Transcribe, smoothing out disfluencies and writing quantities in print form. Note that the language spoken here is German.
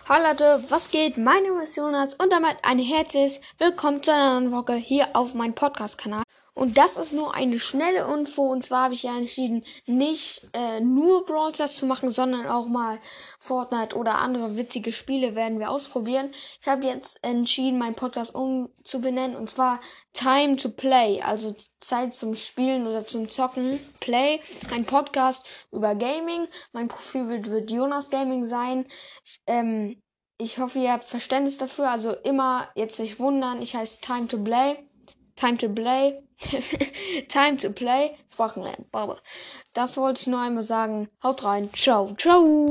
Hallo Leute, was geht? Mein Name ist Jonas und damit ein herzliches Willkommen zu einer neuen Woche hier auf meinem Podcast-Kanal. Und das ist nur eine schnelle Info, und zwar habe ich ja entschieden, nicht nur Brawl Stars zu machen, sondern auch mal Fortnite oder andere witzige Spiele werden wir ausprobieren. Ich habe jetzt entschieden, meinen Podcast umzubenennen, und zwar Time to Play, also Zeit zum Spielen oder zum Zocken, Play. Ein Podcast über Gaming. Mein Profil wird Jonas Gaming sein. Ich hoffe, ihr habt Verständnis dafür. Also immer jetzt nicht wundern. Ich heiße Time to Play. Time to Play. Time to Play. Sprachenlernen. Das wollte ich nur einmal sagen. Haut rein. Ciao. Ciao.